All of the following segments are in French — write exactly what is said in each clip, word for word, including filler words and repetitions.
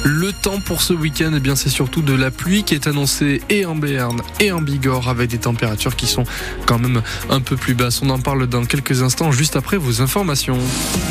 Le temps pour ce week-end, eh bien, c'est surtout de la pluie qui est annoncée et en Béarn et en Bigorre, avec des températures qui sont quand même un peu plus basses. On en parle dans quelques instants, juste après vos informations.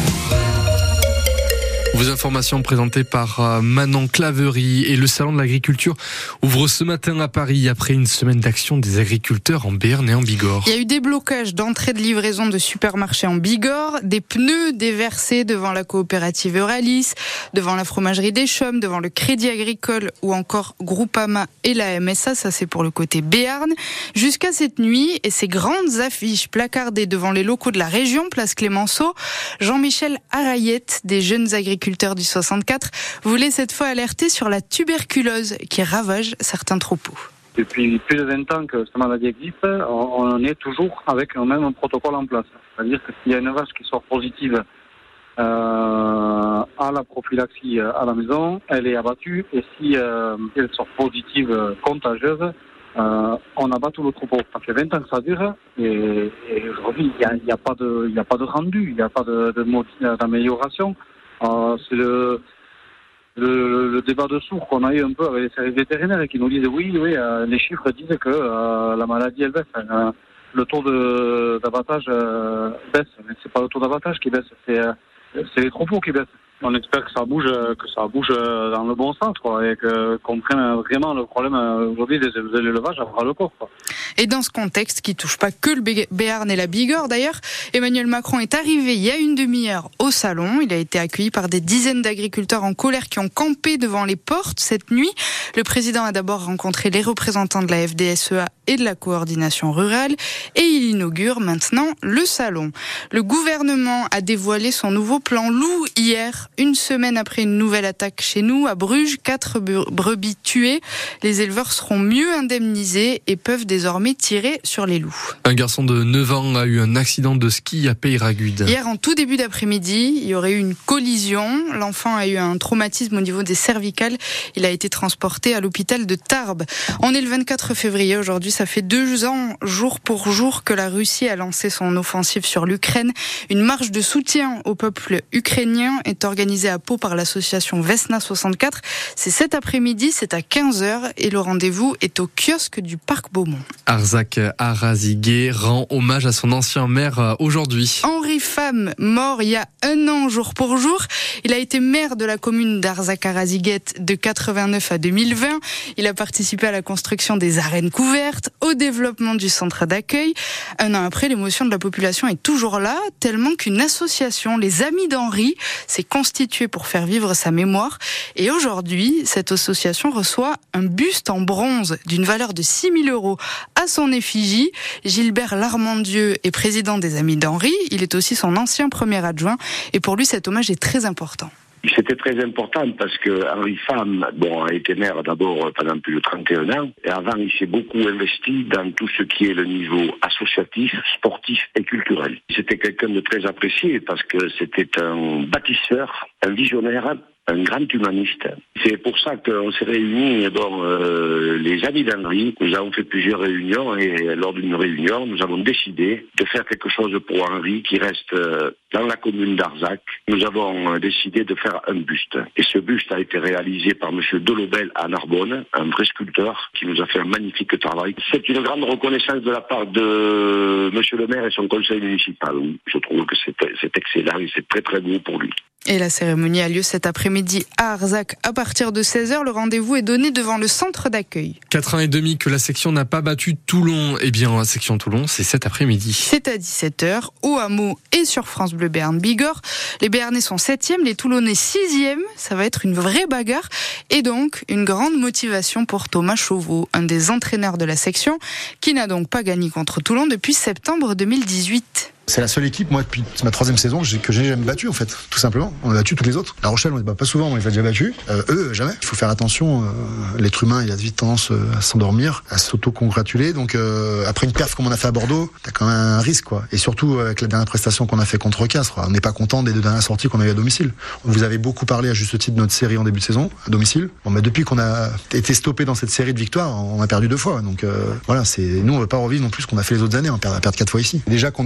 Vos informations présentées par Manon Claverie. Et le salon de l'agriculture ouvre ce matin à Paris après une semaine d'action des agriculteurs en Béarn et en Bigorre. Il y a eu des blocages d'entrée de livraison de supermarchés en Bigorre, des pneus déversés devant la coopérative Euralis, devant la fromagerie des Chaumes, devant le Crédit Agricole ou encore Groupama et la M S A, ça c'est pour le côté Béarn. Jusqu'à cette nuit, et ces grandes affiches placardées devant les locaux de la région, place Clémenceau, Jean-Michel Arayette, des jeunes agriculteurs du soixante-quatre, voulait cette fois alerter sur la tuberculose qui ravage certains troupeaux. Depuis plus de vingt ans que cette maladie existe, on est toujours avec le même protocole en place. C'est-à-dire que s'il y a une vache qui sort positive euh, à la prophylaxie à la maison, elle est abattue. Et si euh, elle sort positive contagieuse, euh, on abat tout le troupeau. Ça fait vingt ans que ça dure et, et aujourd'hui, il n'y a, il y a pas de, il n'y a pas de rendu, il n'y a pas de, de, d'amélioration. Euh, c'est le, le, le débat de sourds qu'on a eu un peu avec les services vétérinaires qui nous disent oui, oui, euh, les chiffres disent que euh, la maladie elle baisse, euh, le taux de, d'abattage euh, baisse, mais c'est pas le taux d'abattage qui baisse, c'est, euh, c'est les troupeaux qui baissent. On espère que ça bouge, que ça bouge dans le bon sens, quoi, et que, qu'on prenne vraiment le problème aujourd'hui des élevages à bras le corps, quoi. Et dans ce contexte qui touche pas que le Béarn et la Bigorre d'ailleurs, Emmanuel Macron est arrivé il y a une demi-heure au salon. Il a été accueilli par des dizaines d'agriculteurs en colère qui ont campé devant les portes cette nuit. Le président a d'abord rencontré les représentants de la F D S E A et de la coordination rurale et il inaugure maintenant le salon. Le gouvernement a dévoilé son nouveau plan loup hier, une semaine après une nouvelle attaque chez nous à Bruges, quatre brebis tuées. Les éleveurs seront mieux indemnisés et peuvent désormais tirer sur les loups. Un garçon de neuf ans a eu un accident de ski à Peyragudes. Hier, en tout début d'après-midi, il y aurait eu une collision. L'enfant a eu un traumatisme au niveau des cervicales. Il a été transporté à l'hôpital de Tarbes. On est le vingt-quatre février aujourd'hui. Ça fait deux ans, jour pour jour, que la Russie a lancé son offensive sur l'Ukraine. Une marche de soutien au peuple ukrainien est organisée à Pau par l'association Vesna soixante-quatre. C'est cet après-midi, c'est à quinze heures et le rendez-vous est au kiosque du Parc Beaumont. Arzak Araziguet rend hommage à son ancien maire aujourd'hui. Henri Fam, mort il y a un an jour pour jour. Il a été maire de la commune d'Arzak Araziguet de quatre-vingt-neuf à deux mille vingt. Il a participé à la construction des arènes couvertes, au développement du centre d'accueil. Un an après, l'émotion de la population est toujours là, tellement qu'une association, les Amis d'Henri, s'est constituée pour faire vivre sa mémoire. Et aujourd'hui, cette association reçoit un buste en bronze d'une valeur de six mille euros à son effigie. Gilbert Larmandieu est président des Amis d'Henri. Il est aussi son ancien premier adjoint. Et pour lui, cet hommage est très important. C'était très important parce que Henri Fam, bon, a été maire d'abord pendant plus de trente et un ans. Et avant, il s'est beaucoup investi dans tout ce qui est le niveau associatif, sportif et culturel. C'était quelqu'un de très apprécié parce que c'était un bâtisseur, un visionnaire, un grand humaniste. C'est pour ça qu'on s'est réunis, bon, euh, les Amis d'Henri. Nous avons fait plusieurs réunions et lors d'une réunion, nous avons décidé de faire quelque chose pour Henri qui reste euh, dans la commune d'Arzak. Nous avons décidé de faire un buste. Et ce buste a été réalisé par monsieur Delobel à Narbonne, un vrai sculpteur qui nous a fait un magnifique travail. C'est une grande reconnaissance de la part de monsieur le maire et son conseil municipal. Je trouve que c'est, c'est excellent et c'est très très beau pour lui. Et la cérémonie a lieu cet après-midi à Arzak à partir de seize heures. Le rendez-vous est donné devant le centre d'accueil. Quatre ans et demi que la section n'a pas battu Toulon. Eh bien, la section Toulon, c'est cet après-midi. C'est à dix-sept heures, au hameau et sur France Bleu Béarn Bigorre. Les Béarnais sont septième, les Toulonnais sixième. Ça va être une vraie bagarre. Et donc, une grande motivation pour Thomas Chauveau, un des entraîneurs de la section, qui n'a donc pas gagné contre Toulon depuis septembre deux mille dix-huit. C'est la seule équipe, moi, depuis ma troisième saison, que j'ai, que j'ai jamais battu, en fait, tout simplement. On a battu toutes les autres. La Rochelle, on les bat pas souvent, on les a déjà battus. Euh, eux, jamais. Il faut faire attention. Euh, l'être humain, il a vite tendance euh, à s'endormir, à s'auto-congratuler. Donc, euh, après une perf comme on a fait à Bordeaux, t'as quand même un risque, quoi. Et surtout, avec la dernière prestation qu'on a fait contre Castres, on n'est pas content des deux dernières sorties qu'on a eu à domicile. Vous avez beaucoup parlé, à juste titre, de notre série en début de saison, à domicile. Bon, mais depuis qu'on a été stoppé dans cette série de victoires, on a perdu deux fois. Donc, euh, voilà, c'est, nous, on veut pas revivre non plus ce qu'on a fait les autres années. On perd, on perd quatre fois ici. Déjà qu'on ait le même comportement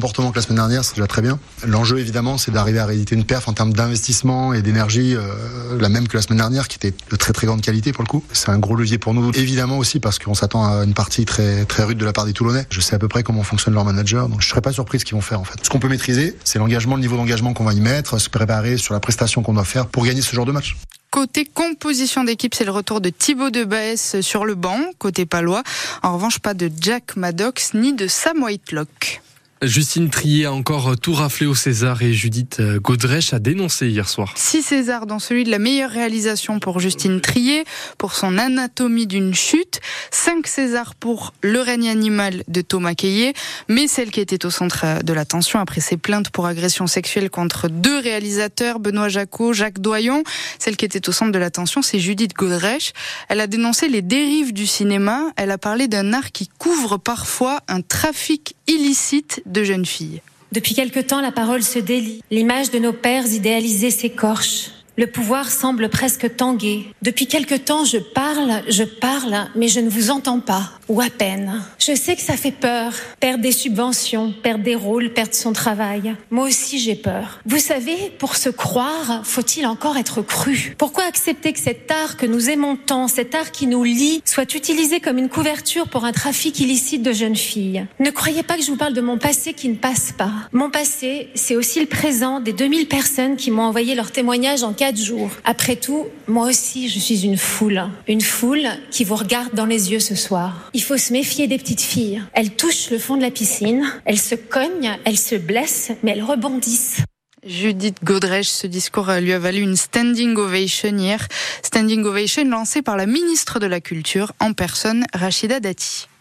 comportement que la semaine dernière, c'est déjà très bien. L'enjeu, évidemment, c'est d'arriver à rééditer une perf en termes d'investissement et d'énergie, euh, la même que la semaine dernière, qui était de très très grande qualité pour le coup. C'est un gros levier pour nous, évidemment aussi, parce qu'on s'attend à une partie très très rude de la part des Toulonnais. Je sais à peu près comment fonctionne leur manager, donc je serais pas surpris de ce qu'ils vont faire en fait. Ce qu'on peut maîtriser, c'est l'engagement, le niveau d'engagement qu'on va y mettre, se préparer sur la prestation qu'on doit faire pour gagner ce genre de match. Côté composition d'équipe, c'est le retour de Thibaut de Baes sur le banc, côté palois. En revanche, pas de Jack Maddox ni de Sam Whitelock. Justine Triet a encore tout raflé au César et Judith Godrèche a dénoncé hier soir. Six Césars, dont celui de la meilleure réalisation pour Justine Triet, pour son Anatomie d'une chute. Cinq Césars pour Le règne animal de Thomas Caillet. Mais celle qui était au centre de l'attention après ses plaintes pour agression sexuelle contre deux réalisateurs, Benoît Jacquot, Jacques Doyon. Celle qui était au centre de l'attention, c'est Judith Godrèche. Elle a dénoncé les dérives du cinéma. Elle a parlé d'un art qui couvre parfois un trafic illicite de jeunes filles. Depuis quelque temps, la parole se délie. L'image de nos pères idéalisés s'écorche. Le pouvoir semble presque tanguer. Depuis quelque temps, je parle, je parle, mais je ne vous entends pas, ou à peine. Je sais que ça fait peur, perdre des subventions, perdre des rôles, perdre son travail. Moi aussi, j'ai peur. Vous savez, pour se croire, faut-il encore être cru? Pourquoi accepter que cet art que nous aimons tant, cet art qui nous lie, soit utilisé comme une couverture pour un trafic illicite de jeunes filles? Ne croyez pas que je vous parle de mon passé qui ne passe pas. Mon passé, c'est aussi le présent des deux mille personnes qui m'ont envoyé leur témoignage en quatre jours. Après tout, moi aussi, je suis une foule. Une foule qui vous regarde dans les yeux ce soir. Il faut se méfier des petites filles. Elles touchent le fond de la piscine, elles se cognent, elles se blessent, mais elles rebondissent. Judith Godrèche, ce discours lui a valu une standing ovation hier. Standing ovation lancée par la ministre de la Culture, en personne, Rachida Dati.